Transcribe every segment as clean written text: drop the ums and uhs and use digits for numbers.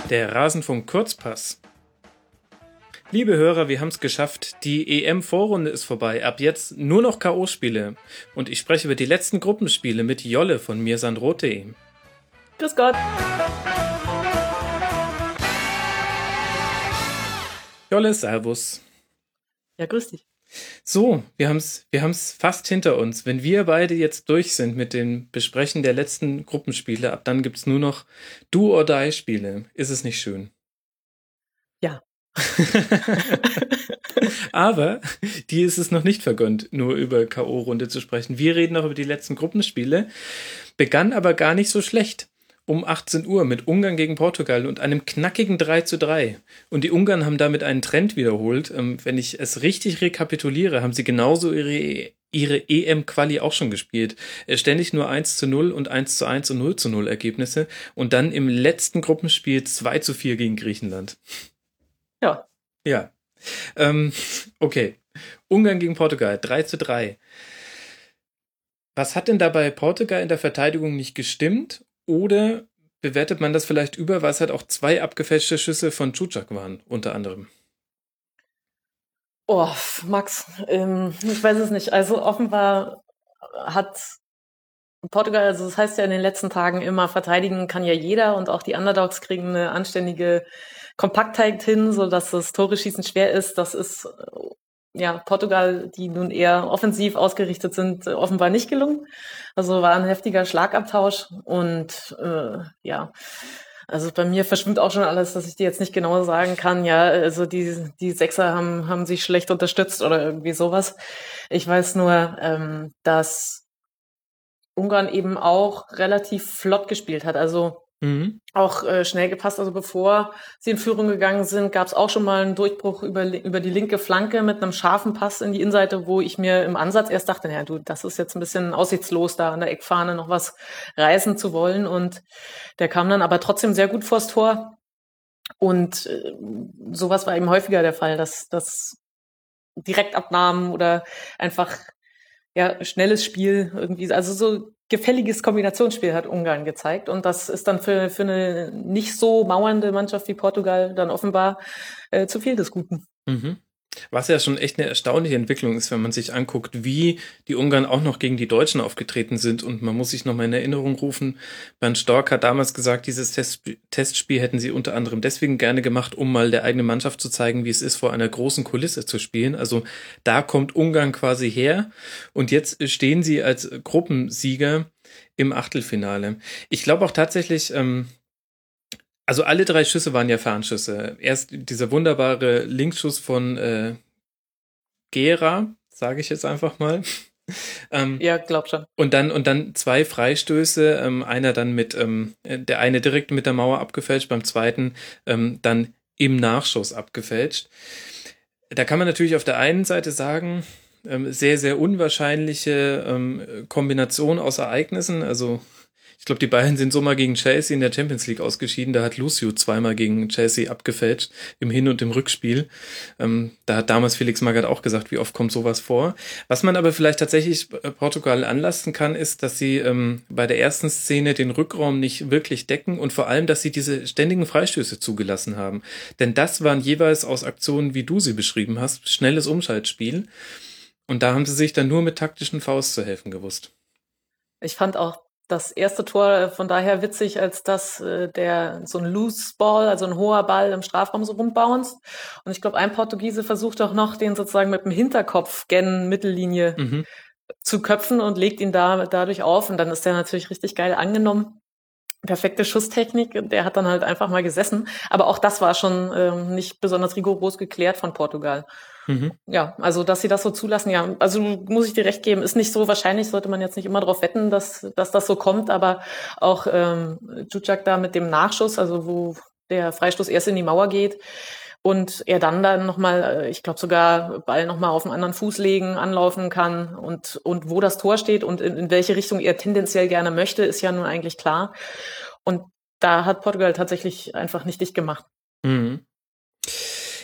Der Rasenfunk Kurzpass. Liebe Hörer, wir haben es geschafft. Die EM-Vorrunde ist vorbei. Ab jetzt nur noch K.O.-Spiele. Und ich spreche über die letzten Gruppenspiele mit Jolle von mirsandroth.de. Grüß Gott. Jolle, servus. Ja, grüß dich. So, wir haben's fast hinter uns. Wenn wir beide jetzt durch sind mit dem Besprechen der letzten Gruppenspiele, ab dann gibt's nur noch Do-or-Die-Spiele. Ist es nicht schön? Ja. Aber die ist es noch nicht vergönnt, nur über K.O.-Runde zu sprechen. Wir reden noch über die letzten Gruppenspiele. Begann aber gar nicht so schlecht. Um 18 Uhr mit Ungarn gegen Portugal und einem knackigen 3:3. Und die Ungarn haben damit einen Trend wiederholt. Wenn ich es richtig rekapituliere, haben sie genauso ihre EM-Quali auch schon gespielt. Ständig nur 1:0 und 1:1 und 0:0 Ergebnisse. Und dann im letzten Gruppenspiel 2:4 gegen Griechenland. Ja. Ja. Okay. Ungarn gegen Portugal, 3:3. Was hat denn da bei Portugal in der Verteidigung nicht gestimmt? Oder bewertet man das vielleicht über, weil es halt auch 2 abgefälschte Schüsse von Čučak waren, unter anderem? Oh, Max, ich weiß es nicht. Also offenbar hat Portugal, also das heißt ja in den letzten Tagen immer, verteidigen kann ja jeder und auch die Underdogs kriegen eine anständige Kompaktheit hin, sodass das Tore-Schießen schwer ist. Das ist ja Portugal, die nun eher offensiv ausgerichtet sind, offenbar nicht gelungen. Also war ein heftiger Schlagabtausch und ja, also bei mir verschwimmt auch schon alles, dass ich dir jetzt nicht genau sagen kann, ja, also die Sechser haben sich schlecht unterstützt oder irgendwie sowas. Ich weiß nur, dass Ungarn eben auch relativ flott gespielt hat, also auch schnell gepasst. Also bevor sie in Führung gegangen sind, gab es auch schon mal einen Durchbruch über die linke Flanke mit einem scharfen Pass in die Innenseite, wo ich mir im Ansatz erst dachte, ja du, das ist jetzt ein bisschen aussichtslos, da an der Eckfahne noch was reißen zu wollen. Und der kam dann aber trotzdem sehr gut vors Tor. Und sowas war eben häufiger der Fall, dass Direktabnahmen oder einfach ja schnelles Spiel irgendwie, also so gefälliges Kombinationsspiel hat Ungarn gezeigt. Und das ist dann für eine nicht so mauernde Mannschaft wie Portugal dann offenbar zu viel des Guten. Mhm. Was ja schon echt eine erstaunliche Entwicklung ist, wenn man sich anguckt, wie die Ungarn auch noch gegen die Deutschen aufgetreten sind. Und man muss sich noch mal in Erinnerung rufen, Bernd Storck hat damals gesagt, dieses Testspiel hätten sie unter anderem deswegen gerne gemacht, um mal der eigenen Mannschaft zu zeigen, wie es ist, vor einer großen Kulisse zu spielen. Also da kommt Ungarn quasi her. Und jetzt stehen sie als Gruppensieger im Achtelfinale. Ich glaube auch tatsächlich, also alle 3 Schüsse waren ja Fernschüsse. Erst dieser wunderbare Linksschuss von Gera, sage ich jetzt einfach mal. Ja, glaub schon. Und dann 2 Freistöße, einer dann der eine direkt mit der Mauer abgefälscht, beim zweiten dann im Nachschuss abgefälscht. Da kann man natürlich auf der einen Seite sagen, sehr, sehr unwahrscheinliche Kombination aus Ereignissen, also ich glaube, die Bayern sind so mal gegen Chelsea in der Champions League ausgeschieden. Da hat Lucio 2-mal gegen Chelsea abgefälscht, im Hin- und im Rückspiel. Da hat damals Felix Magath auch gesagt, wie oft kommt sowas vor. Was man aber vielleicht tatsächlich Portugal anlasten kann, ist, dass sie bei der ersten Szene den Rückraum nicht wirklich decken und vor allem, dass sie diese ständigen Freistöße zugelassen haben. Denn das waren jeweils aus Aktionen, wie du sie beschrieben hast, schnelles Umschaltspiel. Und da haben sie sich dann nur mit taktischen Fouls zu helfen gewusst. Ich fand auch das erste Tor von daher witzig, als dass der so ein Loose Ball, also ein hoher Ball im Strafraum so rumbounced. Und ich glaube, ein Portugiese versucht auch noch, den sozusagen mit dem Hinterkopf gen Mittellinie zu köpfen und legt ihn dadurch auf. Und dann ist der natürlich richtig geil angenommen. Perfekte Schusstechnik, der hat dann halt einfach mal gesessen. Aber auch das war schon nicht besonders rigoros geklärt von Portugal. Ja, also dass sie das so zulassen, ja, also muss ich dir recht geben, ist nicht so wahrscheinlich, sollte man jetzt nicht immer darauf wetten, dass das so kommt, aber auch Čučak da mit dem Nachschuss, also wo der Freistoß erst in die Mauer geht und er dann nochmal, ich glaube sogar Ball nochmal auf einen anderen Fuß legen, anlaufen kann und wo das Tor steht und in welche Richtung er tendenziell gerne möchte, ist ja nun eigentlich klar. Und da hat Portugal tatsächlich einfach nicht dicht gemacht. Mhm.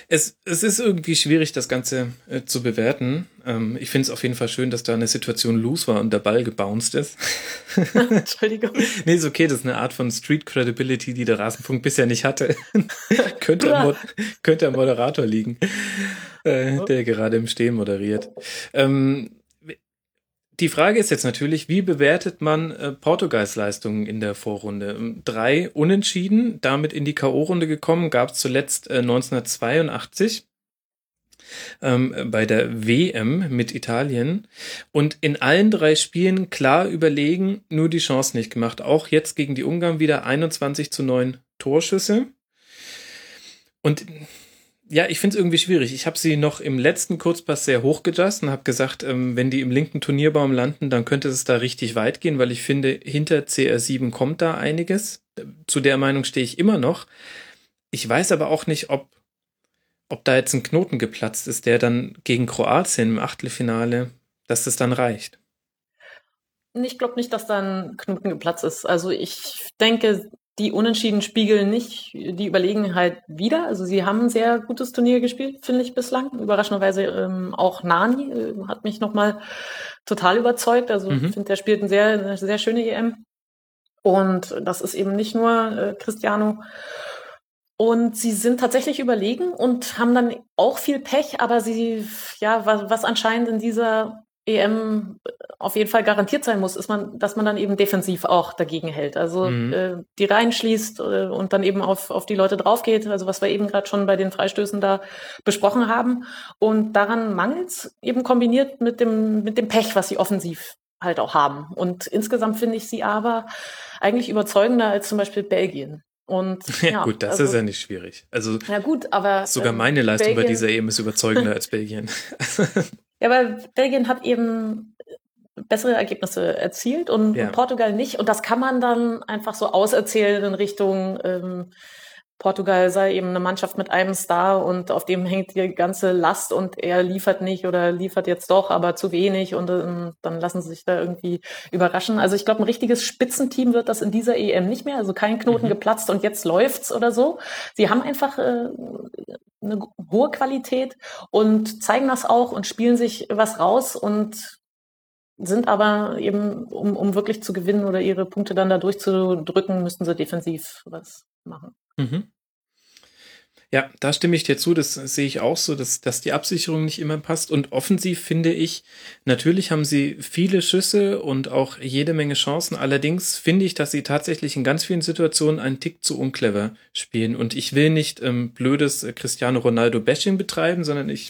Es ist irgendwie schwierig, das Ganze zu bewerten. Ich finde es auf jeden Fall schön, dass da eine Situation loose war und der Ball gebounced ist. Entschuldigung. Nee, ist okay, das ist eine Art von Street Credibility, die der Rasenfunk bisher nicht hatte. könnte am Moderator liegen, der gerade im Stehen moderiert. Die Frage ist jetzt natürlich, wie bewertet man Portugals Leistungen in der Vorrunde? 3 Unentschieden, damit in die K.O.-Runde gekommen, gab es zuletzt 1982 bei der WM mit Italien und in allen 3 Spielen klar überlegen, nur die Chance nicht gemacht. Auch jetzt gegen die Ungarn wieder 21:9 Torschüsse. Und ja, ich finde es irgendwie schwierig. Ich habe sie noch im letzten Kurzpass sehr hochgejudged und habe gesagt, wenn die im linken Turnierbaum landen, dann könnte es da richtig weit gehen, weil ich finde, hinter CR7 kommt da einiges. Zu der Meinung stehe ich immer noch. Ich weiß aber auch nicht, ob da jetzt ein Knoten geplatzt ist, der dann gegen Kroatien im Achtelfinale, dass das dann reicht. Ich glaube nicht, dass da ein Knoten geplatzt ist. Also ich denke, die Unentschieden spiegeln nicht die Überlegenheit wider. Also sie haben ein sehr gutes Turnier gespielt, finde ich bislang. Überraschenderweise auch Nani hat mich nochmal total überzeugt. Also ich finde, der spielt eine sehr schöne EM. Und das ist eben nicht nur Cristiano. Und sie sind tatsächlich überlegen und haben dann auch viel Pech, aber was anscheinend in dieser EM auf jeden Fall garantiert sein muss, ist dass man dann eben defensiv auch dagegen hält. Also die reinschließt und dann eben auf die Leute drauf geht, also was wir eben gerade schon bei den Freistößen da besprochen haben. Und daran mangelt es eben kombiniert mit dem Pech, was sie offensiv halt auch haben. Und insgesamt finde ich sie aber eigentlich überzeugender als zum Beispiel Belgien. Und ja, gut, das ist ja nicht schwierig. Also ja gut, aber sogar meine Leistung bei dieser EM ist überzeugender als Belgien. Ja, aber Belgien hat eben bessere Ergebnisse erzielt und Portugal nicht. Und das kann man dann einfach so auserzählen in Richtung Portugal sei eben eine Mannschaft mit einem Star und auf dem hängt die ganze Last und er liefert nicht oder liefert jetzt doch, aber zu wenig und dann lassen sie sich da irgendwie überraschen. Also ich glaube, ein richtiges Spitzenteam wird das in dieser EM nicht mehr, also kein Knoten geplatzt und jetzt läuft's oder so. Sie haben einfach eine hohe Qualität und zeigen das auch und spielen sich was raus und sind aber eben, um wirklich zu gewinnen oder ihre Punkte dann da durchzudrücken, müssten sie defensiv was machen. Ja, da stimme ich dir zu, das sehe ich auch so, dass die Absicherung nicht immer passt. Und offensiv finde ich, natürlich haben sie viele Schüsse und auch jede Menge Chancen. Allerdings finde ich, dass sie tatsächlich in ganz vielen Situationen einen Tick zu unclever spielen. Und ich will nicht blödes Cristiano Ronaldo-Bashing betreiben, sondern ich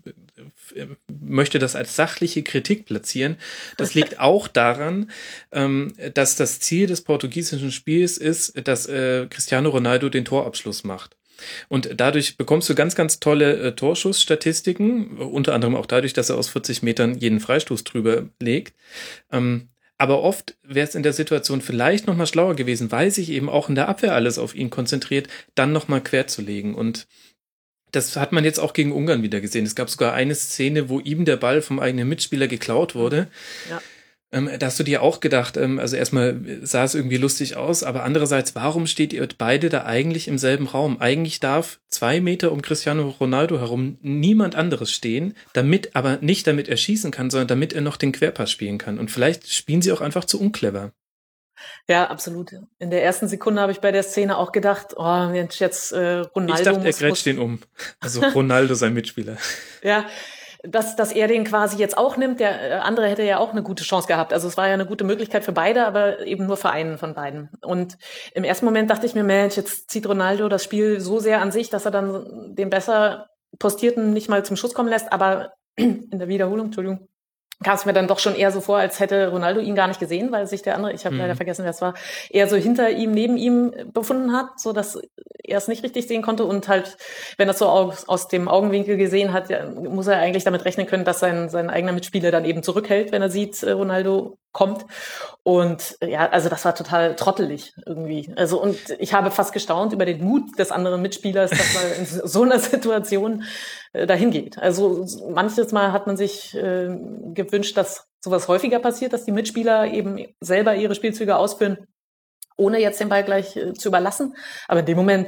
möchte das als sachliche Kritik platzieren. Das liegt auch daran, dass das Ziel des portugiesischen Spiels ist, dass Cristiano Ronaldo den Torabschluss macht. Und dadurch bekommst du ganz, ganz tolle Torschussstatistiken, unter anderem auch dadurch, dass er aus 40 Metern jeden Freistoß drüber legt. Aber oft wäre es in der Situation vielleicht nochmal schlauer gewesen, weil sich eben auch in der Abwehr alles auf ihn konzentriert, dann nochmal quer zu legen. Und das hat man jetzt auch gegen Ungarn wieder gesehen. Es gab sogar eine Szene, wo ihm der Ball vom eigenen Mitspieler geklaut wurde. Ja. Da hast du dir auch gedacht, also erstmal sah es irgendwie lustig aus, aber andererseits, warum steht ihr beide da eigentlich im selben Raum? Eigentlich darf 2 Meter um Cristiano Ronaldo herum niemand anderes stehen, aber nicht damit er schießen kann, sondern damit er noch den Querpass spielen kann. Und vielleicht spielen sie auch einfach zu unclever. Ja, absolut. In der ersten Sekunde habe ich bei der Szene auch gedacht, oh, jetzt Ronaldo. Ich dachte, er grätscht den um. Also Ronaldo, sein Mitspieler. Ja, dass er den quasi jetzt auch nimmt. Der andere hätte ja auch eine gute Chance gehabt. Also es war ja eine gute Möglichkeit für beide, aber eben nur für einen von beiden. Und im ersten Moment dachte ich mir, Mensch, jetzt zieht Ronaldo das Spiel so sehr an sich, dass er dann den besser Postierten nicht mal zum Schuss kommen lässt. Aber in der Wiederholung, Entschuldigung, kam es mir dann doch schon eher so vor, als hätte Ronaldo ihn gar nicht gesehen, weil sich der andere, ich habe leider vergessen, wer es war, eher so hinter ihm, neben ihm befunden hat, so dass er es nicht richtig sehen konnte und halt, wenn er es so aus dem Augenwinkel gesehen hat, ja, muss er eigentlich damit rechnen können, dass sein eigener Mitspieler dann eben zurückhält, wenn er sieht, Ronaldo kommt. Und ja, also das war total trottelig irgendwie. Also und ich habe fast gestaunt über den Mut des anderen Mitspielers, dass man in so einer Situation dahin geht. Also manches Mal hat man sich gewünscht, dass sowas häufiger passiert, dass die Mitspieler eben selber ihre Spielzüge ausführen, ohne jetzt den Ball gleich zu überlassen. Aber in dem Moment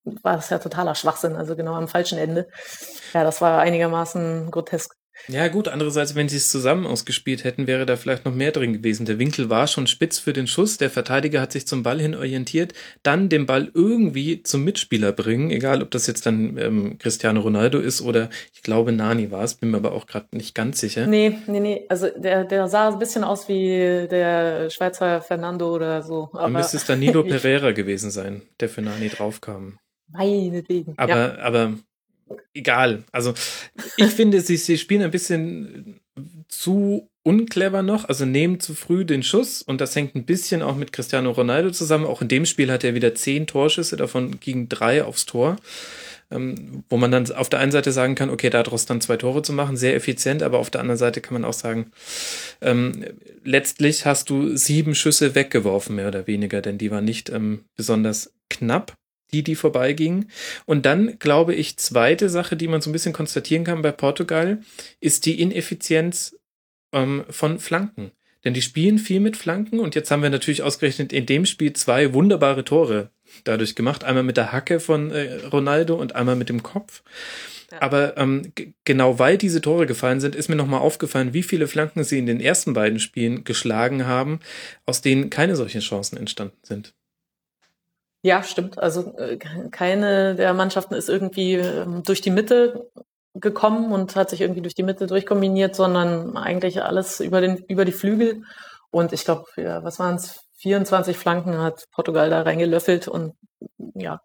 war das ja totaler Schwachsinn, also genau am falschen Ende. Ja, das war einigermaßen grotesk. Ja, gut, andererseits, wenn sie es zusammen ausgespielt hätten, wäre da vielleicht noch mehr drin gewesen. Der Winkel war schon spitz für den Schuss, der Verteidiger hat sich zum Ball hin orientiert, dann den Ball irgendwie zum Mitspieler bringen, egal ob das jetzt dann Cristiano Ronaldo ist oder ich glaube Nani war es, bin mir aber auch gerade nicht ganz sicher. Nee, also der sah ein bisschen aus wie der Schweizer Fernando oder so. Dann müsste es Danilo Pereira gewesen sein, der für Nani draufkam. Meinetwegen. Aber egal. Also ich finde, sie spielen ein bisschen zu unclever noch, also nehmen zu früh den Schuss und das hängt ein bisschen auch mit Cristiano Ronaldo zusammen. Auch in dem Spiel hat er wieder 10 Torschüsse, davon gingen 3 aufs Tor. Wo man dann auf der einen Seite sagen kann, okay, daraus dann 2 Tore zu machen, sehr effizient, aber auf der anderen Seite kann man auch sagen, letztlich hast du 7 Schüsse weggeworfen, mehr oder weniger, denn die waren nicht besonders knapp, die vorbeigingen. Und dann, glaube ich, zweite Sache, die man so ein bisschen konstatieren kann bei Portugal, ist die Ineffizienz von Flanken. Denn die spielen viel mit Flanken und jetzt haben wir natürlich ausgerechnet in dem Spiel 2 wunderbare Tore dadurch gemacht. Einmal mit der Hacke von Ronaldo und einmal mit dem Kopf. Ja. Aber genau weil diese Tore gefallen sind, ist mir nochmal aufgefallen, wie viele Flanken sie in den ersten beiden Spielen geschlagen haben, aus denen keine solchen Chancen entstanden sind. Ja, stimmt. Also keine der Mannschaften ist irgendwie durch die Mitte gekommen und hat sich irgendwie durch die Mitte durchkombiniert, sondern eigentlich alles über die Flügel. Und ich glaube, ja, was waren es? 24 Flanken hat Portugal da reingelöffelt und ja,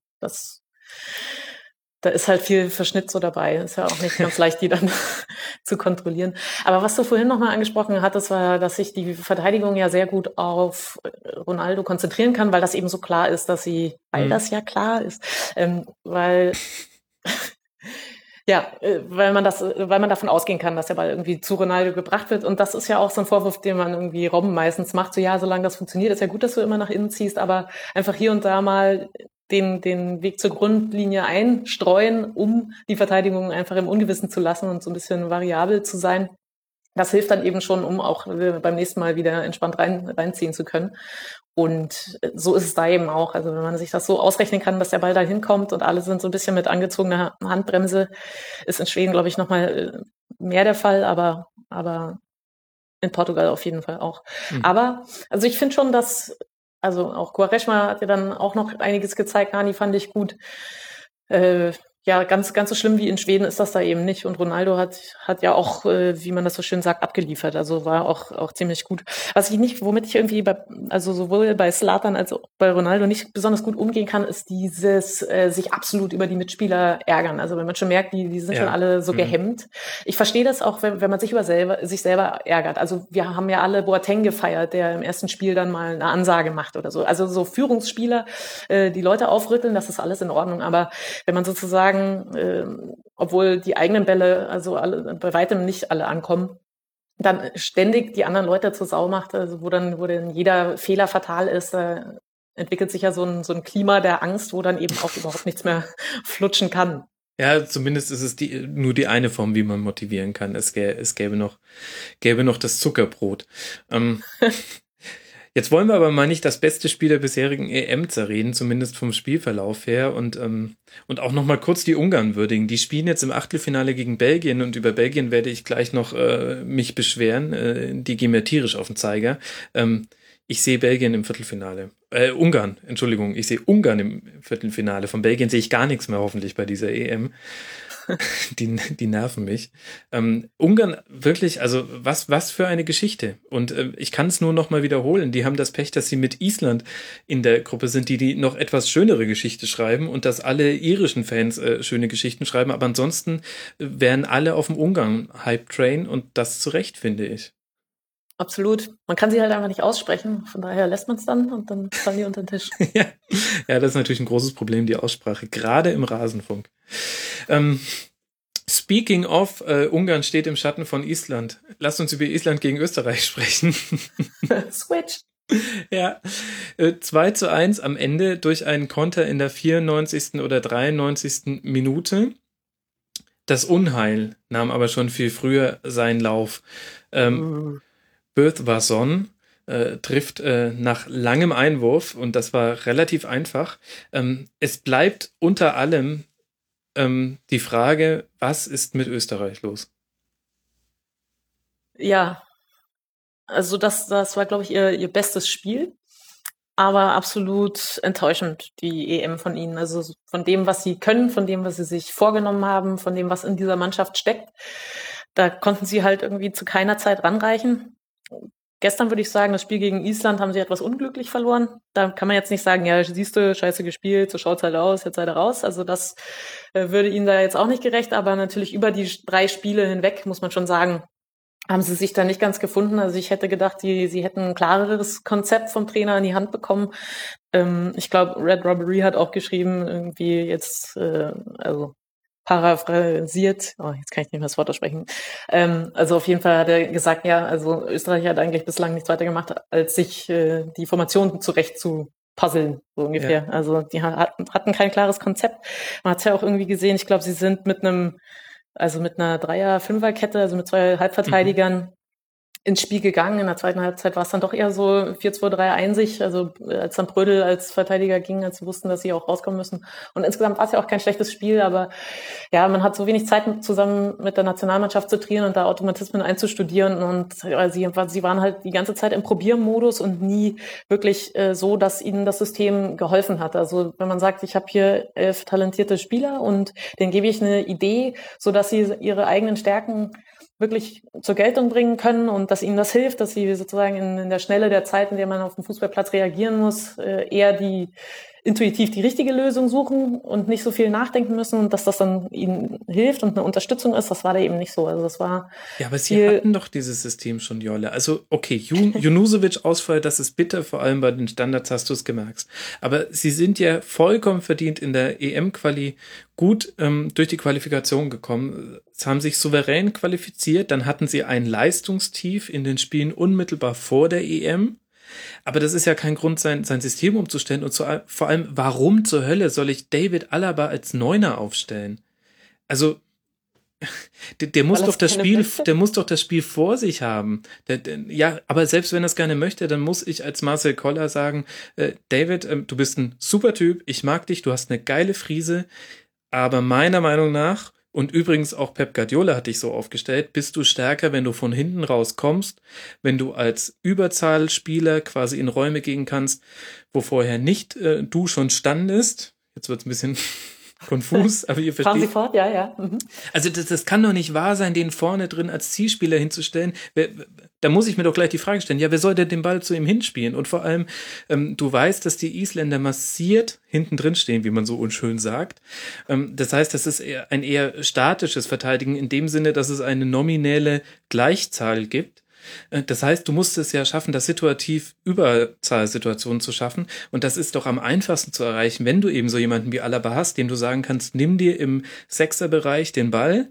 da ist halt viel Verschnitt so dabei. Ist ja auch nicht ganz leicht, die dann zu kontrollieren. Aber was du vorhin nochmal angesprochen hattest, war, dass sich die Verteidigung ja sehr gut auf Ronaldo konzentrieren kann, weil das eben so klar ist, weil das ja klar ist, weil man davon ausgehen kann, dass der Ball irgendwie zu Ronaldo gebracht wird. Und das ist ja auch so ein Vorwurf, den man irgendwie Robben meistens macht. So, ja, solange das funktioniert, ist ja gut, dass du immer nach innen ziehst, aber einfach hier und da mal den Weg zur Grundlinie einstreuen, um die Verteidigung einfach im Ungewissen zu lassen und so ein bisschen variabel zu sein. Das hilft dann eben schon, um auch beim nächsten Mal wieder entspannt reinziehen zu können. Und so ist es da eben auch. Also wenn man sich das so ausrechnen kann, dass der Ball da hinkommt und alle sind so ein bisschen mit angezogener Handbremse, ist in Schweden, glaube ich, nochmal mehr der Fall, aber in Portugal auf jeden Fall auch. Aber, also ich finde schon, dass, also auch Quaresma hat ja dann auch noch einiges gezeigt, Nani fand ich gut. Ja, ganz so schlimm wie in Schweden ist das da eben nicht. Und Ronaldo hat ja auch, wie man das so schön sagt, abgeliefert. Also war auch ziemlich gut. Womit ich irgendwie also sowohl bei Zlatan als auch bei Ronaldo nicht besonders gut umgehen kann, ist dieses sich absolut über die Mitspieler ärgern. Also wenn man schon merkt, die sind schon alle so gehemmt. Ich verstehe das auch, wenn man sich sich selber ärgert. Also wir haben ja alle Boateng gefeiert, der im ersten Spiel dann mal eine Ansage macht oder so. Also so Führungsspieler, die Leute aufrütteln, das ist alles in Ordnung. Aber wenn man sozusagen obwohl die eigenen Bälle also bei weitem nicht alle ankommen, dann ständig die anderen Leute zur Sau macht, also wo dann jeder Fehler fatal ist, da entwickelt sich ja so ein Klima der Angst, wo dann eben auch überhaupt nichts mehr flutschen kann. Ja, zumindest ist es nur die eine Form, wie man motivieren kann. Es gäbe noch das Zuckerbrot. Jetzt wollen wir aber mal nicht das beste Spiel der bisherigen EM zerreden, zumindest vom Spielverlauf her und auch noch mal kurz die Ungarn würdigen. Die spielen jetzt im Achtelfinale gegen Belgien und über Belgien werde ich gleich noch mich beschweren. Die gehen mir tierisch auf den Zeiger. Ich sehe Belgien im Viertelfinale. Ungarn, Entschuldigung, ich sehe Ungarn im Viertelfinale. Von Belgien sehe ich gar nichts mehr hoffentlich bei dieser EM. Die nerven mich. Ungarn, wirklich, also was für eine Geschichte. Und ich kann es nur noch mal wiederholen. Die haben das Pech, dass sie mit Island in der Gruppe sind, die noch etwas schönere Geschichte schreiben und dass alle irischen Fans schöne Geschichten schreiben. Aber ansonsten wären alle auf dem Ungarn-Hype-Train und das zu Recht, finde ich. Absolut. Man kann sie halt einfach nicht aussprechen. Von daher lässt man es dann und dann fallen die unter den Tisch. Ja, das ist natürlich ein großes Problem, die Aussprache, gerade im Rasenfunk. Speaking of, Ungarn steht im Schatten von Island. Lasst uns über Island gegen Österreich sprechen. Switch. Ja, 2:1 am Ende durch einen Konter in der 94. oder 93. Minute. Das Unheil nahm aber schon viel früher seinen Lauf. Birth Vason trifft nach langem Einwurf und das war relativ einfach. Es bleibt unter allem die Frage, was ist mit Österreich los? Ja, also das war, glaube ich, ihr bestes Spiel, aber absolut enttäuschend, die EM von ihnen. Also von dem, was sie können, von dem, was sie sich vorgenommen haben, von dem, was in dieser Mannschaft steckt. Da konnten sie halt irgendwie zu keiner Zeit ranreichen. Gestern würde ich sagen, das Spiel gegen Island haben sie etwas unglücklich verloren. Da kann man jetzt nicht sagen, ja, siehst du, scheiße gespielt, so schaut's halt aus, jetzt seid ihr raus. Also das würde ihnen da jetzt auch nicht gerecht, aber natürlich über die 3 Spiele hinweg, muss man schon sagen, haben sie sich da nicht ganz gefunden. Also ich hätte gedacht, sie hätten ein klareres Konzept vom Trainer in die Hand bekommen. Ich glaube, Red Robbery hat auch geschrieben, irgendwie jetzt, also paraphrasiert, jetzt kann ich nicht mehr das Wort aussprechen. Also auf jeden Fall hat er gesagt, ja, also Österreich hat eigentlich bislang nichts weiter gemacht, als sich die Formation zurecht zu puzzeln, so ungefähr. Ja. Also die hatten kein klares Konzept. Man hat es ja auch irgendwie gesehen, ich glaube, sie sind mit einer Dreier-Fünfer-Kette, also mit 2 Halbverteidigern ins Spiel gegangen. In der zweiten Halbzeit war es dann doch eher so 4-2-3-1, also als dann Prödel als Verteidiger ging, als sie wussten, dass sie auch rauskommen müssen. Und insgesamt war es ja auch kein schlechtes Spiel, aber ja, man hat so wenig Zeit zusammen mit der Nationalmannschaft zu trainieren und da Automatismen einzustudieren und sie waren halt die ganze Zeit im Probiermodus und nie wirklich so, dass ihnen das System geholfen hat. Also wenn man sagt, ich habe hier 11 talentierte Spieler und denen gebe ich eine Idee, so dass sie ihre eigenen Stärken wirklich zur Geltung bringen können und dass ihnen das hilft, dass sie sozusagen in der Schnelle der Zeit, in der man auf dem Fußballplatz reagieren muss, eher intuitiv die richtige Lösung suchen und nicht so viel nachdenken müssen und dass das dann ihnen hilft und eine Unterstützung ist, das war da eben nicht so. Also das war ja, aber sie hatten doch dieses System schon, Jolle. Also okay, Junusovic-Ausfall, das ist bitter, vor allem bei den Standards hast du es gemerkt. Aber sie sind ja vollkommen verdient in der EM-Quali gut durch die Qualifikation gekommen. Sie haben sich souverän qualifiziert, dann hatten sie ein Leistungstief in den Spielen unmittelbar vor der EM. Aber das ist ja kein Grund, sein System umzustellen. Und vor allem, warum zur Hölle soll ich David Alaba als Neuner aufstellen? Also, der muss doch das Spiel vor sich haben. Ja, aber selbst wenn er es gerne möchte, dann muss ich als Marcel Koller sagen, David, du bist ein super Typ, ich mag dich, du hast eine geile Frise, aber meiner Meinung nach, und übrigens auch Pep Guardiola hat dich so aufgestellt, bist du stärker, wenn du von hinten raus kommst, wenn du als Überzahlspieler quasi in Räume gehen kannst, wo vorher nicht du schon standest. Jetzt wird's ein bisschen konfus, aber ihr versteht. Fahren Sie fort, ja. Mhm. Also das kann doch nicht wahr sein, den vorne drin als Zielspieler hinzustellen. Da muss ich mir doch gleich die Frage stellen, ja, wer soll denn den Ball zu ihm hinspielen? Und vor allem, du weißt, dass die Isländer massiert hinten drin stehen, wie man so unschön sagt. Das heißt, das ist ein eher statisches Verteidigen in dem Sinne, dass es eine nominelle Gleichzahl gibt. Das heißt, du musst es ja schaffen, das situativ Überzahlsituationen zu schaffen. Und das ist doch am einfachsten zu erreichen, wenn du eben so jemanden wie Alaba hast, dem du sagen kannst, nimm dir im Sechserbereich den Ball,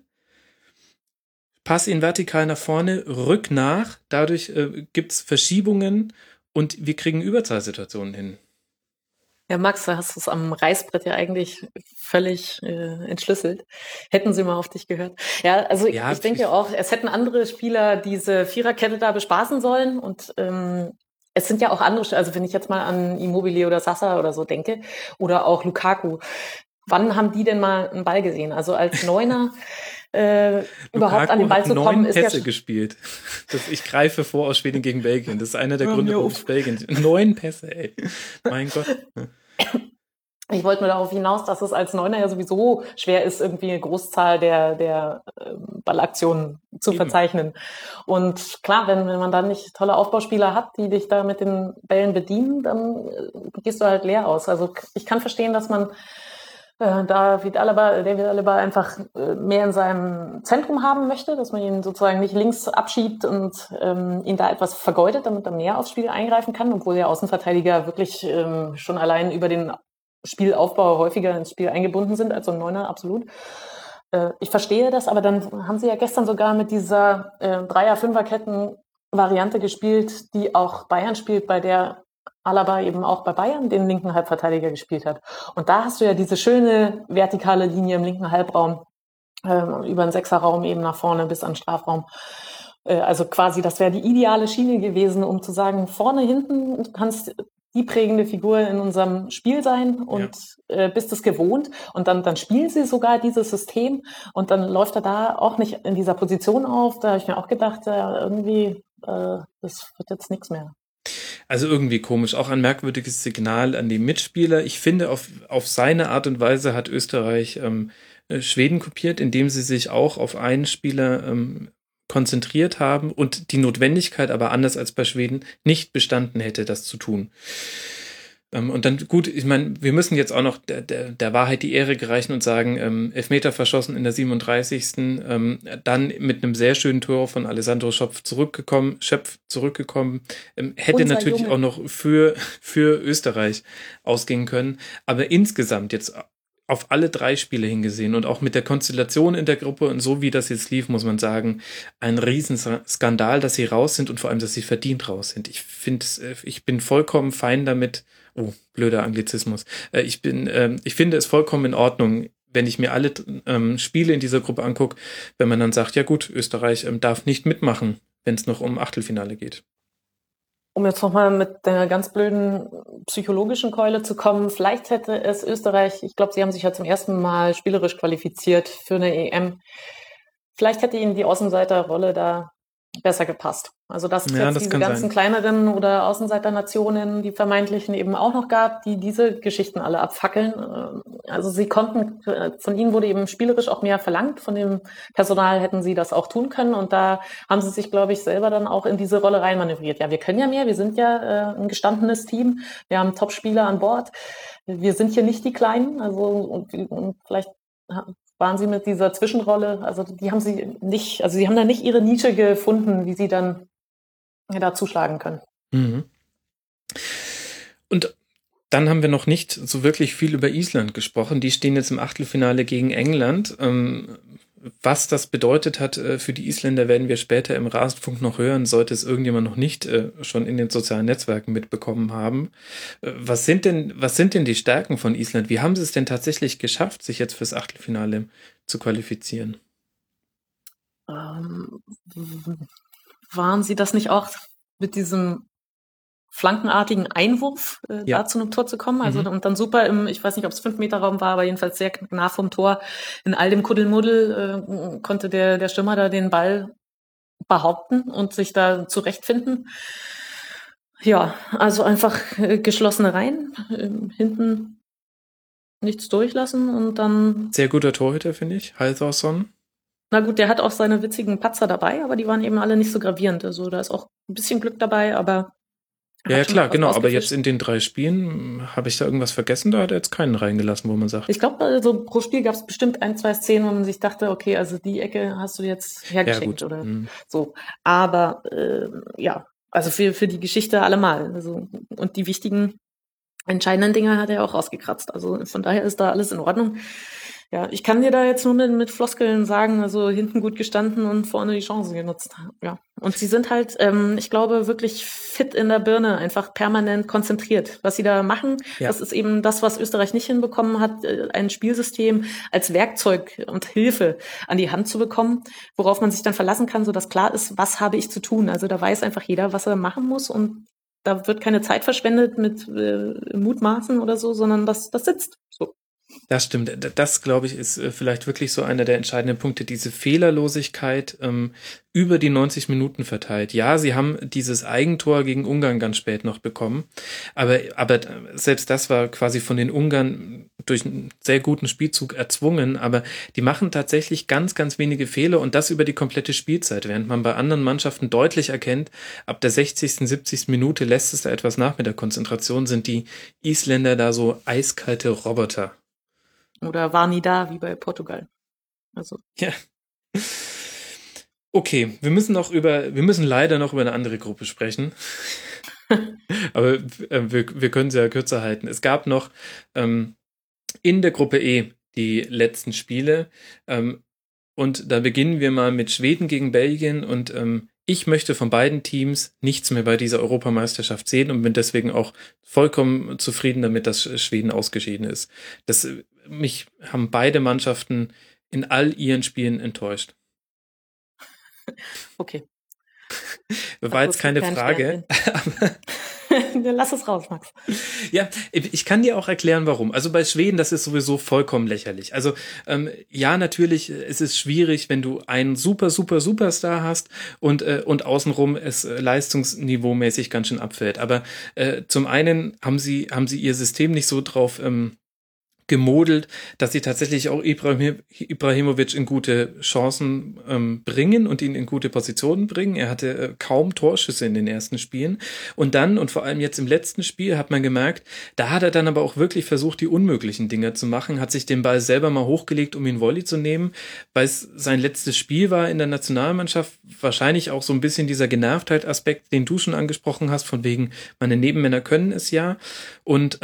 pass ihn vertikal nach vorne, rück nach. Dadurch gibt's Verschiebungen und wir kriegen Überzahlsituationen hin. Ja, Max, da hast du es am Reißbrett ja eigentlich völlig entschlüsselt. Hätten sie mal auf dich gehört. Ja, also ich denke auch, es hätten andere Spieler diese Viererkette da bespaßen sollen und es sind ja auch andere, also wenn ich jetzt mal an Immobile oder Sasa oder so denke oder auch Lukaku, wann haben die denn mal einen Ball gesehen? Also als Neuner überhaupt an den Ball zu kommen, ist 9 Pässe gespielt. Ich greife vor aus Schweden gegen Belgien. Das ist einer der Gründe, warum ich Belgien. 9 Pässe, ey. Mein Gott. Ich wollte nur darauf hinaus, dass es als Neuner ja sowieso schwer ist, irgendwie eine Großzahl der Ballaktionen zu verzeichnen. Und klar, wenn man dann nicht tolle Aufbauspieler hat, die dich da mit den Bällen bedienen, dann gehst du halt leer aus. Also ich kann verstehen, dass man David Alaba einfach mehr in seinem Zentrum haben möchte, dass man ihn sozusagen nicht links abschiebt und ihn da etwas vergeudet, damit er mehr aufs Spiel eingreifen kann, obwohl der Außenverteidiger wirklich schon allein über den Spielaufbau häufiger ins Spiel eingebunden sind als so ein Neuner, absolut. Ich verstehe das, aber dann haben sie ja gestern sogar mit dieser Dreier-Fünfer-Ketten-Variante gespielt, die auch Bayern spielt, bei der Alaba eben auch bei Bayern den linken Halbverteidiger gespielt hat. Und da hast du ja diese schöne vertikale Linie im linken Halbraum, über den Sechserraum eben nach vorne bis an den Strafraum. Also quasi, das wäre die ideale Schiene gewesen, um zu sagen, vorne, hinten, du kannst die prägende Figur in unserem Spiel sein und bist es gewohnt. Und dann spielen sie sogar dieses System und dann läuft er da auch nicht in dieser Position auf. Da habe ich mir auch gedacht, irgendwie, das wird jetzt nichts mehr. Also irgendwie komisch, auch ein merkwürdiges Signal an die Mitspieler. Ich finde, auf seine Art und Weise hat Österreich Schweden kopiert, indem sie sich auch auf einen Spieler konzentriert haben und die Notwendigkeit aber anders als bei Schweden nicht bestanden hätte, das zu tun. Und dann, gut, ich meine, wir müssen jetzt auch noch der Wahrheit die Ehre gereichen und sagen, Elfmeter verschossen in der 37. Dann mit einem sehr schönen Tor von Alessandro Schöpf zurückgekommen, hätte Unser natürlich Junge. auch noch für Österreich ausgehen können. Aber insgesamt jetzt auf alle 3 Spiele hingesehen und auch mit der Konstellation in der Gruppe und so wie das jetzt lief, muss man sagen, ein Riesenskandal, dass sie raus sind und vor allem, dass sie verdient raus sind. Ich bin vollkommen fein damit. Oh, blöder Anglizismus. Ich finde es vollkommen in Ordnung, wenn ich mir alle Spiele in dieser Gruppe angucke, wenn man dann sagt, ja gut, Österreich darf nicht mitmachen, wenn es noch um Achtelfinale geht. Um jetzt nochmal mit der ganz blöden psychologischen Keule zu kommen, vielleicht hätte es Österreich, ich glaube, sie haben sich ja zum ersten Mal spielerisch qualifiziert für eine EM, vielleicht hätte ihnen die Außenseiterrolle da besser gepasst. Also dass es jetzt das diese kann ganzen sein. kleineren oder Außenseiternationen, die vermeintlichen eben auch noch gab, die diese Geschichten alle abfackeln. Also sie konnten, von ihnen wurde eben spielerisch auch mehr verlangt, von dem Personal hätten sie das auch tun können und da haben sie sich, glaube ich, selber dann auch in diese Rolle reinmanövriert. Ja, wir können ja mehr, wir sind ja ein gestandenes Team, wir haben Top-Spieler an Bord, wir sind hier nicht die Kleinen, also und vielleicht waren sie mit dieser Zwischenrolle, also die haben sie nicht, also sie haben da nicht ihre Nische gefunden, wie sie dann da zuschlagen können. Mhm. Und dann haben wir noch nicht so wirklich viel über Island gesprochen. Die stehen jetzt im Achtelfinale gegen England. Was das bedeutet hat für die Isländer, werden wir später im Rasenfunk noch hören, sollte es irgendjemand noch nicht schon in den sozialen Netzwerken mitbekommen haben. Was sind denn die Stärken von Island? Wie haben sie es denn tatsächlich geschafft, sich jetzt fürs Achtelfinale zu qualifizieren? Waren sie das nicht auch mit diesem flankenartigen Einwurf da zu einem Tor zu kommen? Also und dann super ich weiß nicht, ob es 5-Meter-Raum war, aber jedenfalls sehr nah vom Tor. In all dem Kuddelmuddel konnte der Stürmer da den Ball behaupten und sich da zurechtfinden. Ja, also einfach geschlossene Reihen, hinten nichts durchlassen und dann. Sehr guter Torhüter, finde ich, Halldórsson. Na gut, der hat auch seine witzigen Patzer dabei, aber die waren eben alle nicht so gravierend. Also da ist auch ein bisschen Glück dabei, aber Ja, klar, genau. Aber jetzt in den 3 Spielen, habe ich da irgendwas vergessen? Da hat er jetzt keinen reingelassen, wo man sagt. Ich glaube, also pro Spiel gab es bestimmt 1, 2 Szenen, wo man sich dachte, okay, also die Ecke hast du jetzt hergeschenkt oder so. Aber ja, also für die Geschichte allemal. Also, und die wichtigen, entscheidenden Dinge hat er auch rausgekratzt. Also von daher ist da alles in Ordnung. Ja, ich kann dir da jetzt nur mit Floskeln sagen, also hinten gut gestanden und vorne die Chancen genutzt. Ja. Und sie sind halt, ich glaube, wirklich fit in der Birne, einfach permanent konzentriert. Was sie da machen, das ist eben das, was Österreich nicht hinbekommen hat, ein Spielsystem als Werkzeug und Hilfe an die Hand zu bekommen, worauf man sich dann verlassen kann, sodass klar ist, was habe ich zu tun. Also da weiß einfach jeder, was er machen muss und da wird keine Zeit verschwendet mit Mutmaßen oder so, sondern das sitzt so. Das stimmt. Das, glaube ich, ist vielleicht wirklich so einer der entscheidenden Punkte, diese Fehlerlosigkeit über die 90 Minuten verteilt. Ja, sie haben dieses Eigentor gegen Ungarn ganz spät noch bekommen, aber selbst das war quasi von den Ungarn durch einen sehr guten Spielzug erzwungen, aber die machen tatsächlich ganz, ganz wenige Fehler und das über die komplette Spielzeit, während man bei anderen Mannschaften deutlich erkennt, ab der 60., 70. Minute lässt es da etwas nach mit der Konzentration, sind die Isländer da so eiskalte Roboter. Oder war nie da, wie bei Portugal. Also. Ja. Okay, wir müssen leider noch über eine andere Gruppe sprechen. Aber wir können sie ja kürzer halten. Es gab noch in der Gruppe E die letzten Spiele. Und da beginnen wir mal mit Schweden gegen Belgien. Und ich möchte von beiden Teams nichts mehr bei dieser Europameisterschaft sehen und bin deswegen auch vollkommen zufrieden damit, dass Schweden ausgeschieden ist. Mich haben beide Mannschaften in all ihren Spielen enttäuscht. Okay. War jetzt keine Frage. Lass es raus, Max. Ja, ich kann dir auch erklären, warum. Also bei Schweden, das ist sowieso vollkommen lächerlich. Also ja, natürlich, es ist schwierig, wenn du einen Superstar hast und außenrum es leistungsniveaumäßig ganz schön abfällt. Aber zum einen haben sie ihr System nicht so drauf gemodelt, dass sie tatsächlich auch Ibrahimovic in gute Chancen bringen und ihn in gute Positionen bringen. Er hatte kaum Torschüsse in den ersten Spielen. Und dann, und vor allem jetzt im letzten Spiel, hat man gemerkt, da hat er dann aber auch wirklich versucht, die unmöglichen Dinge zu machen, hat sich den Ball selber mal hochgelegt, um ihn Volley zu nehmen, weil es sein letztes Spiel war in der Nationalmannschaft. Wahrscheinlich auch so ein bisschen dieser Genervtheit-Aspekt, den du schon angesprochen hast, von wegen, meine Nebenmänner können es ja. Und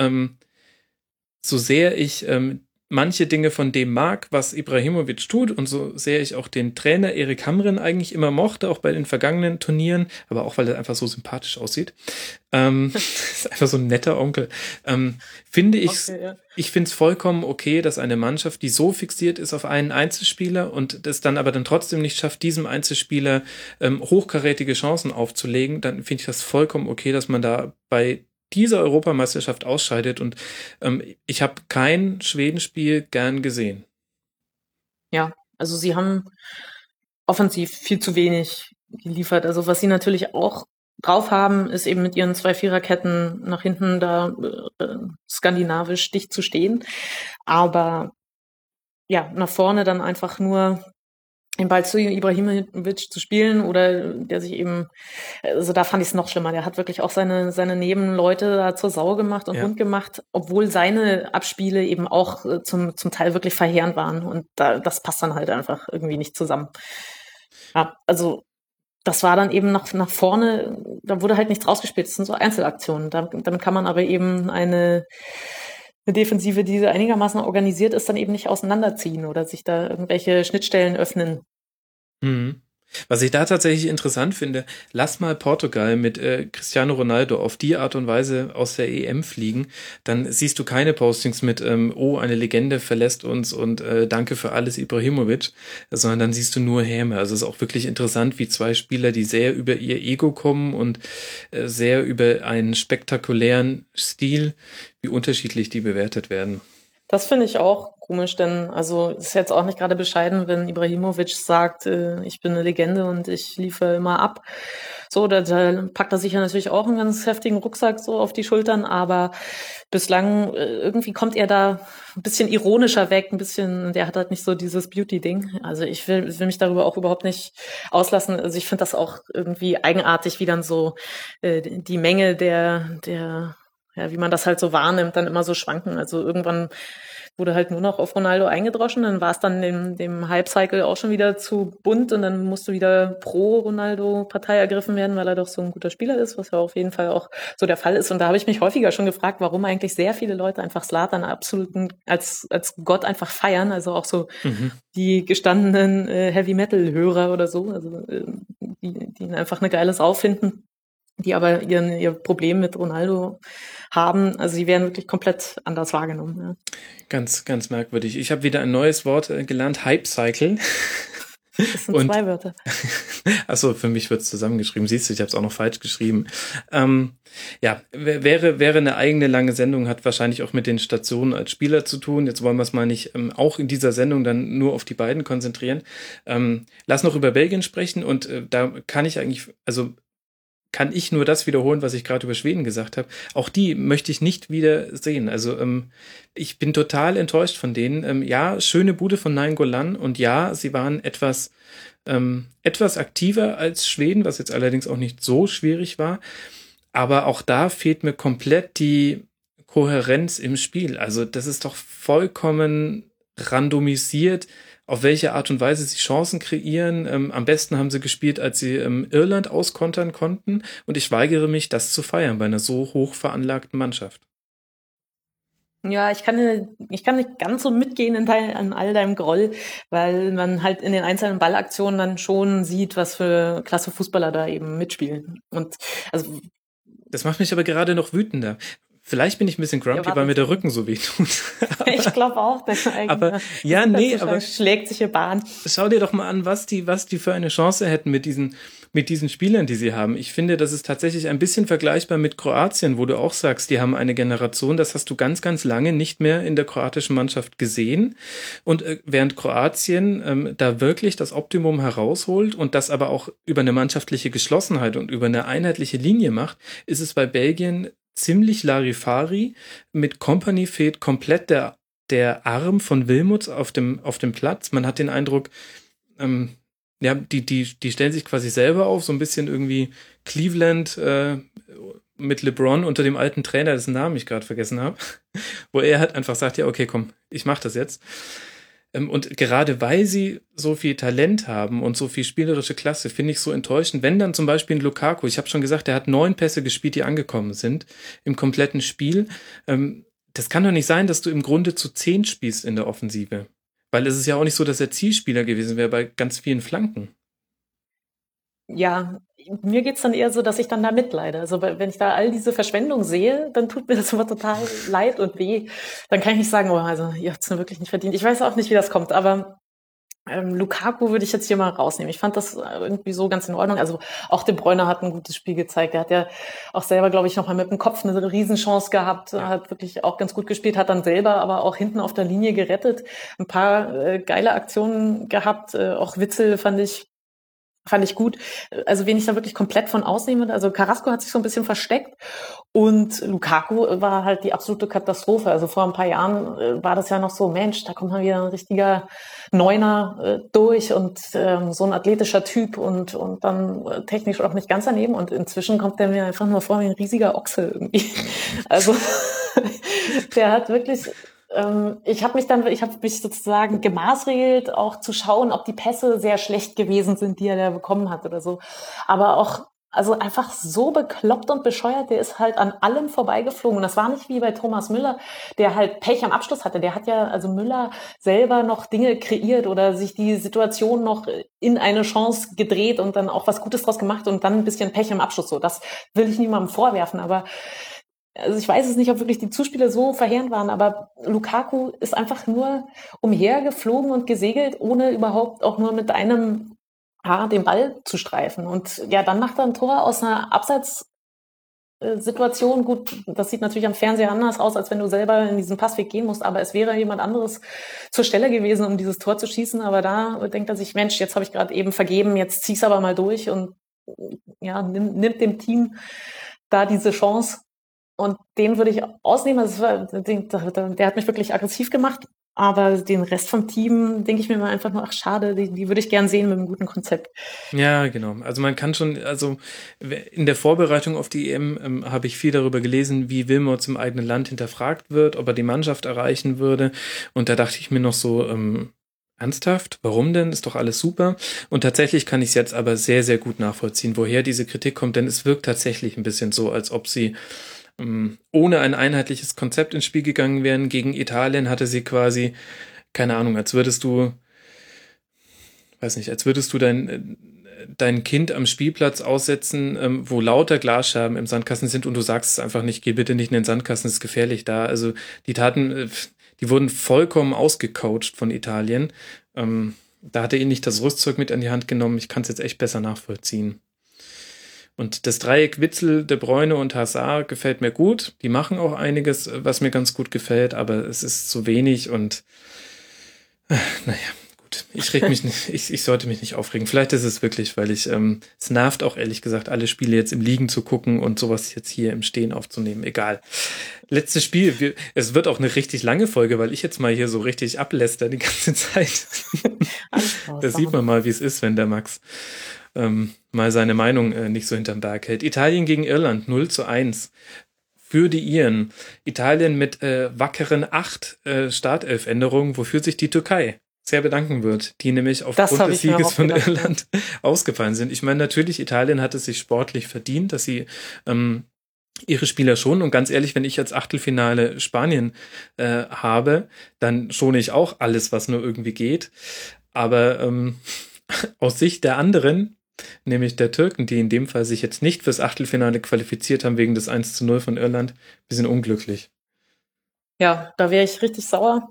so sehr ich manche Dinge von dem mag, was Ibrahimovic tut, und so sehr ich auch den Trainer Erik Hamrén eigentlich immer mochte, auch bei den vergangenen Turnieren, aber auch, weil er einfach so sympathisch aussieht. Ist einfach so ein netter Onkel. Finde ich, okay, ja. Ich finde es vollkommen okay, dass eine Mannschaft, die so fixiert ist auf einen Einzelspieler und das dann aber dann trotzdem nicht schafft, diesem Einzelspieler hochkarätige Chancen aufzulegen, dann finde ich das vollkommen okay, dass man da bei dieser Europameisterschaft ausscheidet, und ich habe kein Schwedenspiel gern gesehen. Ja, also sie haben offensiv viel zu wenig geliefert. Also was sie natürlich auch drauf haben, ist eben mit ihren 2 Viererketten nach hinten da skandinavisch dicht zu stehen. Aber ja, nach vorne dann einfach nur den Ball zu Ibrahimovic zu spielen, oder der sich eben, also da fand ich es noch schlimmer, der hat wirklich auch seine Nebenleute da zur Sau gemacht und rund gemacht, obwohl seine Abspiele eben auch zum Teil wirklich verheerend waren, und das passt dann halt einfach irgendwie nicht zusammen. Ja, also das war dann eben nach vorne, da wurde halt nichts rausgespielt, das sind so Einzelaktionen, damit kann man aber eben eine Defensive, die einigermaßen organisiert ist, dann eben nicht auseinanderziehen oder sich da irgendwelche Schnittstellen öffnen. Mhm. Was ich da tatsächlich interessant finde, lass mal Portugal mit Cristiano Ronaldo auf die Art und Weise aus der EM fliegen, dann siehst du keine Postings mit oh, eine Legende verlässt uns und danke für alles Ibrahimovic, sondern dann siehst du nur Häme. Also es ist auch wirklich interessant, wie 2 Spieler, die sehr über ihr Ego kommen und sehr über einen spektakulären Stil, wie unterschiedlich die bewertet werden. Das finde ich auch komisch, denn also ist jetzt auch nicht gerade bescheiden, wenn Ibrahimovic sagt, ich bin eine Legende und ich liefere immer ab. So, da packt er sich ja natürlich auch einen ganz heftigen Rucksack so auf die Schultern, aber bislang irgendwie kommt er da ein bisschen ironischer weg, ein bisschen, der hat halt nicht so dieses Beauty-Ding. Also ich will mich darüber auch überhaupt nicht auslassen. Also ich finde das auch irgendwie eigenartig, wie dann so die Menge der ja, wie man das halt so wahrnimmt, dann immer so schwanken. Also irgendwann wurde halt nur noch auf Ronaldo eingedroschen, dann war es dann dem Hype-Cycle auch schon wieder zu bunt, und dann musste wieder pro Ronaldo Partei ergriffen werden, weil er doch so ein guter Spieler ist, was ja auf jeden Fall auch so der Fall ist. Und da habe ich mich häufiger schon gefragt, warum eigentlich sehr viele Leute einfach Zlatan absoluten als Gott einfach feiern, also auch so die gestandenen Heavy-Metal-Hörer oder so, also die ihn einfach eine geile Sau finden, die aber ihr Problem mit Ronaldo haben. Also sie werden wirklich komplett anders wahrgenommen. Ja. Ganz, ganz merkwürdig. Ich habe wieder ein neues Wort gelernt, Hype-Cycle. Das sind 2 Wörter. Achso, für mich wird es zusammengeschrieben. Siehst du, ich habe es auch noch falsch geschrieben. Ja, wäre eine eigene lange Sendung, hat wahrscheinlich auch mit den Stationen als Spieler zu tun. Jetzt wollen wir es mal nicht auch in dieser Sendung dann nur auf die beiden konzentrieren. Lass noch über Belgien sprechen, und da kann ich nur das wiederholen, was ich gerade über Schweden gesagt habe. Auch die möchte ich nicht wieder sehen. Also ich bin total enttäuscht von denen. Ja, schöne Bude von Nainggolan, und ja, sie waren etwas aktiver als Schweden, was jetzt allerdings auch nicht so schwierig war. Aber auch da fehlt mir komplett die Kohärenz im Spiel. Also das ist doch vollkommen randomisiert, auf welche Art und Weise sie Chancen kreieren. Am besten haben sie gespielt, als sie Irland auskontern konnten. Und ich weigere mich, das zu feiern bei einer so hoch veranlagten Mannschaft. Ja, ich kann nicht ganz so mitgehen an all deinem Groll, weil man halt in den einzelnen Ballaktionen dann schon sieht, was für klasse Fußballer da eben mitspielen. Und also das macht mich aber gerade noch wütender. Vielleicht bin ich ein bisschen grumpy, weil mir der Rücken so weh tut. Ich glaube auch, aber ja, nee, aber schlägt sich Bahn. Schau dir doch mal an, was die für eine Chance hätten mit diesen Spielern, die sie haben. Ich finde, das ist tatsächlich ein bisschen vergleichbar mit Kroatien, wo du auch sagst, die haben eine Generation, das hast du ganz, ganz lange nicht mehr in der kroatischen Mannschaft gesehen. Und während Kroatien da wirklich das Optimum herausholt und das aber auch über eine mannschaftliche Geschlossenheit und über eine einheitliche Linie macht, ist es bei Belgien ziemlich Larifari. Mit Kompany fehlt komplett der Arm von Wilmots auf dem Platz. Man hat den Eindruck, ja, die stellen sich quasi selber auf, so ein bisschen irgendwie Cleveland mit LeBron unter dem alten Trainer, dessen Namen ich gerade vergessen habe, wo er halt einfach sagt, ja, okay, komm, ich mach das jetzt. Und gerade weil sie so viel Talent haben und so viel spielerische Klasse, finde ich so enttäuschend, wenn dann zum Beispiel ein Lukaku, ich habe schon gesagt, der hat 9 Pässe gespielt, die angekommen sind im kompletten Spiel. Das kann doch nicht sein, dass du im Grunde zu 10 spielst in der Offensive. Weil es ist ja auch nicht so, dass er Zielspieler gewesen wäre bei ganz vielen Flanken. Ja, mir geht's dann eher so, dass ich dann da mitleide. Also wenn ich da all diese Verschwendung sehe, dann tut mir das immer total leid und weh. Dann kann ich nicht sagen, oh, also ihr habt's mir wirklich nicht verdient. Ich weiß auch nicht, wie das kommt, aber Lukaku würde ich jetzt hier mal rausnehmen. Ich fand das irgendwie so ganz in Ordnung. Also auch De Bruyne hat ein gutes Spiel gezeigt. Er hat ja auch selber, glaube ich, nochmal mit dem Kopf eine Riesenchance gehabt. Ja. Hat wirklich auch ganz gut gespielt, hat dann selber aber auch hinten auf der Linie gerettet. Ein paar geile Aktionen gehabt. Auch Witzel fand ich gut. Also wen ich da wirklich komplett von ausnehme, also Carrasco hat sich so ein bisschen versteckt und Lukaku war halt die absolute Katastrophe. Also vor ein paar Jahren war das ja noch so, Mensch, da kommt mal wieder ein richtiger Neuner durch und so ein athletischer Typ und dann technisch auch nicht ganz daneben und inzwischen kommt der mir einfach nur vor wie ein riesiger Ochse irgendwie. Also der hat wirklich... Ich habe mich sozusagen gemaßregelt, auch zu schauen, ob die Pässe sehr schlecht gewesen sind, die er da bekommen hat oder so. Aber auch, also einfach so bekloppt und bescheuert, der ist halt an allem vorbeigeflogen. Und das war nicht wie bei Thomas Müller, der halt Pech am Abschluss hatte. Der hat ja, also Müller selber noch Dinge kreiert oder sich die Situation noch in eine Chance gedreht und dann auch was Gutes draus gemacht und dann ein bisschen Pech am Abschluss. So, das will ich niemandem vorwerfen, aber also ich weiß es nicht, ob wirklich die Zuspieler so verheerend waren, aber Lukaku ist einfach nur umhergeflogen und gesegelt, ohne überhaupt auch nur mit einem Haar den Ball zu streifen. Und ja, dann macht er ein Tor aus einer Abseitssituation. Gut, das sieht natürlich am Fernseher anders aus, als wenn du selber in diesen Passweg gehen musst, aber es wäre jemand anderes zur Stelle gewesen, um dieses Tor zu schießen. Aber da denkt er sich, Mensch, jetzt habe ich gerade eben vergeben, jetzt zieh's aber mal durch und ja, nimmt dem Team da diese Chance. Und den würde ich ausnehmen. Der hat mich wirklich aggressiv gemacht. Aber den Rest vom Team denke ich mir mal einfach nur, ach schade, die würde ich gern sehen mit einem guten Konzept. Ja, genau. Also man kann schon, also in der Vorbereitung auf die EM habe ich viel darüber gelesen, wie Wilmots im eigenen Land hinterfragt wird, ob er die Mannschaft erreichen würde. Und da dachte ich mir noch so, ernsthaft? Warum denn? Ist doch alles super. Und tatsächlich kann ich es jetzt aber sehr, sehr gut nachvollziehen, woher diese Kritik kommt, denn es wirkt tatsächlich ein bisschen so, als ob sie ohne ein einheitliches Konzept ins Spiel gegangen wären. Gegen Italien hatte sie quasi, keine Ahnung, als würdest du dein Kind am Spielplatz aussetzen, wo lauter Glasscherben im Sandkasten sind und du sagst es einfach nicht, geh bitte nicht in den Sandkasten, es ist gefährlich da. Also die wurden vollkommen ausgecoacht von Italien. Da hat er ihnen nicht das Rüstzeug mit an die Hand genommen. Ich kann es jetzt echt besser nachvollziehen. Und das Dreieck Witzel, De Bruyne und Hazard gefällt mir gut. Die machen auch einiges, was mir ganz gut gefällt, aber es ist zu wenig und naja, gut. Ich reg mich nicht, ich sollte mich nicht aufregen. Vielleicht ist es wirklich, weil es nervt auch ehrlich gesagt, alle Spiele jetzt im Liegen zu gucken und sowas jetzt hier im Stehen aufzunehmen. Egal. Letztes Spiel. Es wird auch eine richtig lange Folge, weil ich jetzt mal hier so richtig abläster die ganze Zeit. Da sieht man mal, wie es ist, wenn der Max mal seine Meinung nicht so hinterm Berg hält. Italien gegen Irland 0:1 für die Iren. Italien mit wackeren 8 Startelf-Änderungen, wofür sich die Türkei sehr bedanken wird, die nämlich aufgrund des Sieges von Irland ausgefallen sind. Ich meine, natürlich, Italien hat es sich sportlich verdient, dass sie ihre Spieler schonen. Und ganz ehrlich, wenn ich jetzt Achtelfinale Spanien habe, dann schone ich auch alles, was nur irgendwie geht. Aber aus Sicht der anderen nämlich der Türken, die in dem Fall sich jetzt nicht fürs Achtelfinale qualifiziert haben wegen des 1:0 von Irland. Bisschen unglücklich. Ja, da wäre ich richtig sauer.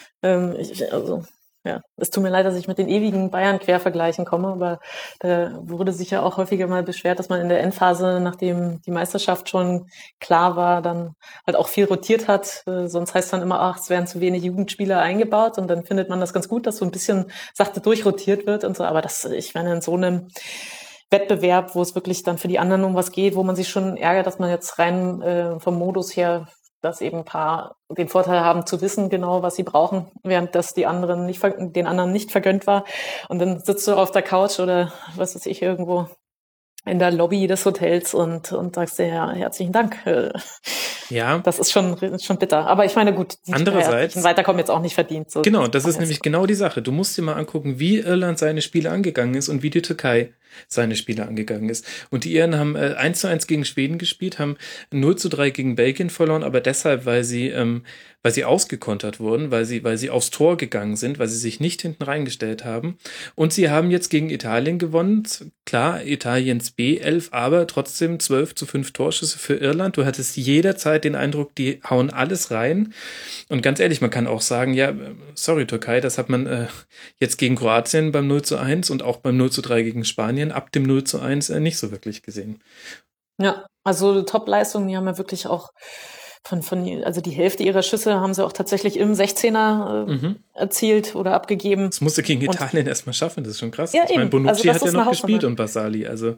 Es tut mir leid, dass ich mit den ewigen Bayern-Quervergleichen komme, aber da wurde sich ja auch häufiger mal beschwert, dass man in der Endphase, nachdem die Meisterschaft schon klar war, dann halt auch viel rotiert hat. Sonst heißt dann immer, es werden zu wenig Jugendspieler eingebaut und dann findet man das ganz gut, dass so ein bisschen sachte durchrotiert wird und so. Aber ich meine, in so einem Wettbewerb, wo es wirklich dann für die anderen um was geht, wo man sich schon ärgert, dass man jetzt rein vom Modus her, dass eben ein paar den Vorteil haben zu wissen genau, was sie brauchen, während das den anderen nicht vergönnt war. Und dann sitzt du auf der Couch oder was weiß ich irgendwo in der Lobby des Hotels und sagst dir, ja, herzlichen Dank. Ja. Das ist schon bitter. Aber ich meine, gut, die andererseits Weiterkommen jetzt auch nicht verdient. So, genau, das ist nämlich genau die Sache. Du musst dir mal angucken, wie Irland seine Spiele angegangen ist und wie die Türkei seine Spiele angegangen ist. Und die Iren haben 1:1 gegen Schweden gespielt, haben 0:3 gegen Belgien verloren, aber deshalb, weil sie ausgekontert wurden, weil sie aufs Tor gegangen sind, weil sie sich nicht hinten reingestellt haben. Und sie haben jetzt gegen Italien gewonnen. Klar, Italiens B11, aber trotzdem 12:5 Torschüsse für Irland. Du hattest jederzeit den Eindruck, die hauen alles rein. Und ganz ehrlich, man kann auch sagen, ja, sorry Türkei, das hat man jetzt gegen Kroatien beim 0:1 und auch beim 0:3 gegen Spanien ab dem 0:1 nicht so wirklich gesehen. Ja, also Top-Leistungen, die haben ja wirklich auch also die Hälfte ihrer Schüsse haben sie auch tatsächlich im 16er erzielt oder abgegeben. Das musste gegen Italien erstmal schaffen, das ist schon krass. Ja, ich meine, Bonucci hat ja noch gespielt und Basali, also.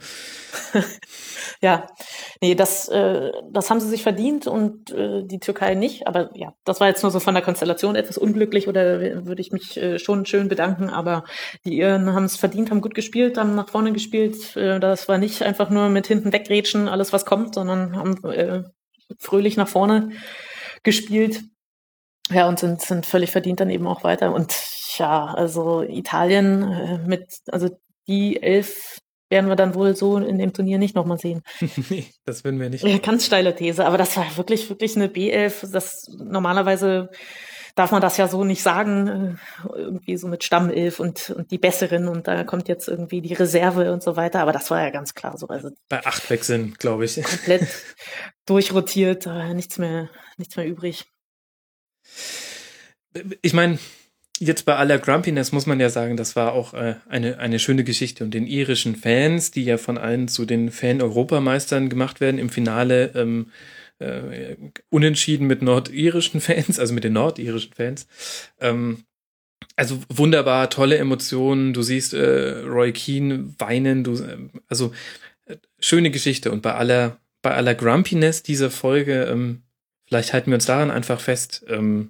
Ja, nee, das haben sie sich verdient und die Türkei nicht. Aber ja, das war jetzt nur so von der Konstellation etwas unglücklich oder würde ich mich schon schön bedanken. Aber die Iren haben es verdient, haben gut gespielt, haben nach vorne gespielt. Das war nicht einfach nur mit hinten wegrätschen, alles was kommt, sondern haben fröhlich nach vorne gespielt. Ja, und sind völlig verdient dann eben auch weiter. Und ja, also Italien also die 11 werden wir dann wohl so in dem Turnier nicht nochmal sehen. Nee, das würden wir nicht. Ganz steile These, aber das war wirklich, wirklich eine B11. Normalerweise darf man das ja so nicht sagen, irgendwie so mit Stammelf und die Besseren und da kommt jetzt irgendwie die Reserve und so weiter, aber das war ja ganz klar so. Also bei 8 Wechseln, glaube ich. Komplett durchrotiert, nichts mehr übrig. Ich meine, jetzt bei aller Grumpiness muss man ja sagen, das war auch eine schöne Geschichte. Und den irischen Fans, die ja von allen zu den Fan-Europameistern gemacht werden, im Finale unentschieden mit nordirischen Fans, also mit den nordirischen Fans. Also wunderbar, tolle Emotionen. Du siehst Roy Keane weinen. Schöne Geschichte. Und bei aller Grumpiness dieser Folge, vielleicht halten wir uns daran einfach fest,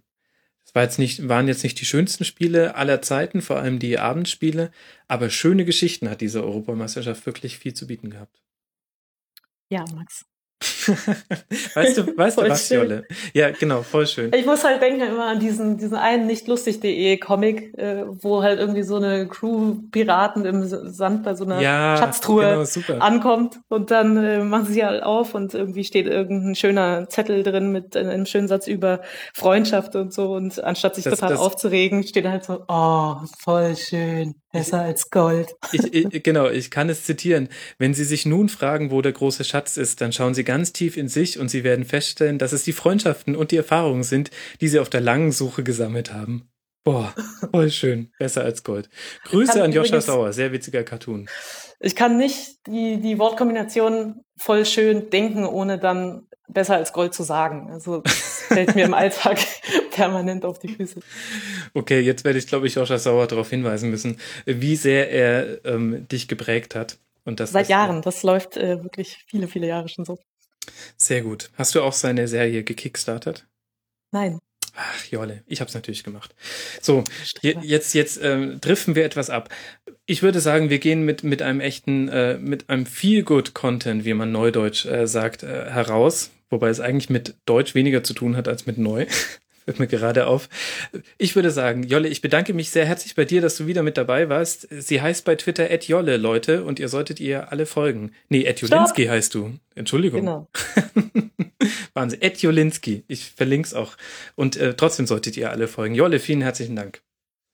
waren jetzt nicht die schönsten Spiele aller Zeiten, vor allem die Abendspiele, aber schöne Geschichten hat diese Europameisterschaft wirklich viel zu bieten gehabt. Ja, Max. Weißt du was, Jolle? Ja, genau, voll schön. Ich muss halt denken immer an diesen einen nichtlustig.de Comic, wo halt irgendwie so eine Crew Piraten im Sand bei so einer Schatztruhe ankommt und dann machen sie halt auf und irgendwie steht irgendein schöner Zettel drin mit einem schönen Satz über Freundschaft und so und anstatt sich total aufzuregen, steht halt so, oh, voll schön, besser als Gold. Ich kann es zitieren. Wenn Sie sich nun fragen, wo der große Schatz ist, dann schauen Sie ganz tief in sich und Sie werden feststellen, dass es die Freundschaften und die Erfahrungen sind, die Sie auf der langen Suche gesammelt haben. Boah, voll schön. Besser als Gold. Grüße an Joscha Sauer, sehr witziger Cartoon. Ich kann nicht die Wortkombination voll schön denken, ohne dann besser als Gold zu sagen. Also das fällt mir im Alltag permanent auf die Füße. Okay, jetzt werde ich, glaube ich, Joscha Sauer darauf hinweisen müssen, wie sehr er dich geprägt hat. Und das Seit Jahren, das läuft wirklich viele, viele Jahre schon so. Sehr gut. Hast du auch seine Serie gekickstartet? Nein. Ach, Jolle, ich habe es natürlich gemacht. So, jetzt driften wir etwas ab. Ich würde sagen, wir gehen mit einem echten, mit einem Feel-Good-Content, wie man neudeutsch sagt, heraus. Wobei es eigentlich mit Deutsch weniger zu tun hat als mit neu. Fällt mir gerade auf. Ich würde sagen, Jolle, ich bedanke mich sehr herzlich bei dir, dass du wieder mit dabei warst. Sie heißt bei Twitter @Jolle, Leute, und ihr solltet ihr alle folgen. Nee, @Jolinski heißt du. Entschuldigung. Genau. Wahnsinn. @Jolinski. Ich verlinke es auch. Und trotzdem solltet ihr alle folgen. Jolle, vielen herzlichen Dank.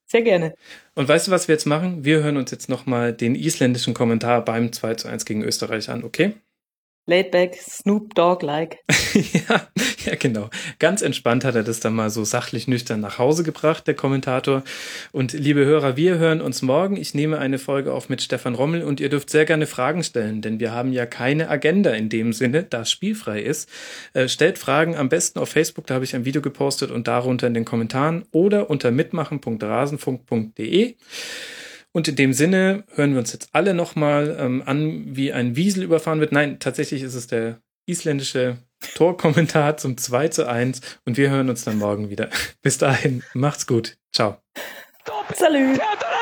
Sehr gerne. Und weißt du, was wir jetzt machen? Wir hören uns jetzt nochmal den isländischen Kommentar beim 2:1 gegen Österreich an, okay? Laid back, Snoop Dogg-like. ja, genau. Ganz entspannt hat er das dann mal so sachlich nüchtern nach Hause gebracht, der Kommentator. Und liebe Hörer, wir hören uns morgen. Ich nehme eine Folge auf mit Stefan Rommel und ihr dürft sehr gerne Fragen stellen, denn wir haben ja keine Agenda in dem Sinne, da es spielfrei ist. Stellt Fragen am besten auf Facebook, da habe ich ein Video gepostet und darunter in den Kommentaren oder unter mitmachen.rasenfunk.de. Und in dem Sinne hören wir uns jetzt alle nochmal an, wie ein Wiesel überfahren wird. Nein, tatsächlich ist es der isländische Torkommentar zum 2:1 und wir hören uns dann morgen wieder. Bis dahin, macht's gut. Ciao. Salut.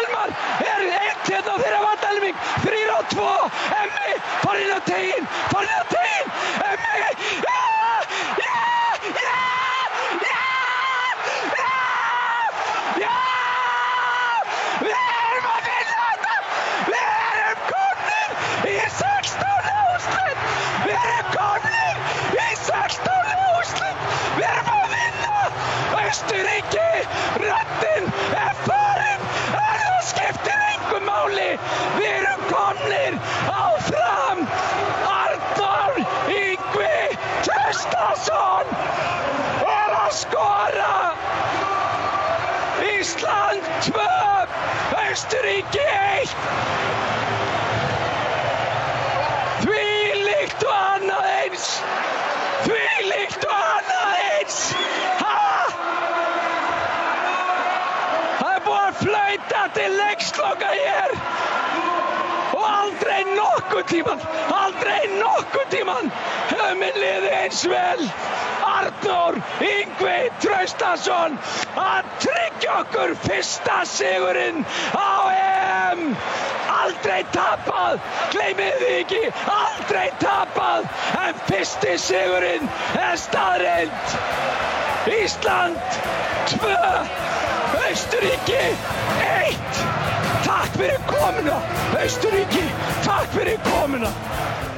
Österrike, röddin farin, það skiptir engu máli, við erum komnir áfram, Arnór Ingvi Traustason að skora, Ísland 2, Österrike 1, þvílíkt og annað eins, þvílíkt og annað eins. Flauta til leiksloka hér og aldrei nokkuð tíman höfum við liðið eins vel. Arnór Ingvi Traustason að tryggja okkur fyrsta sigurinn á EM. Aldrei tapað, gleymið því ekki, aldrei tapað, en fyrsti sigurinn staðreynd. Ísland 2, Österrike 1. Takk fyrir komuna, Österrike, takk fyrir komuna.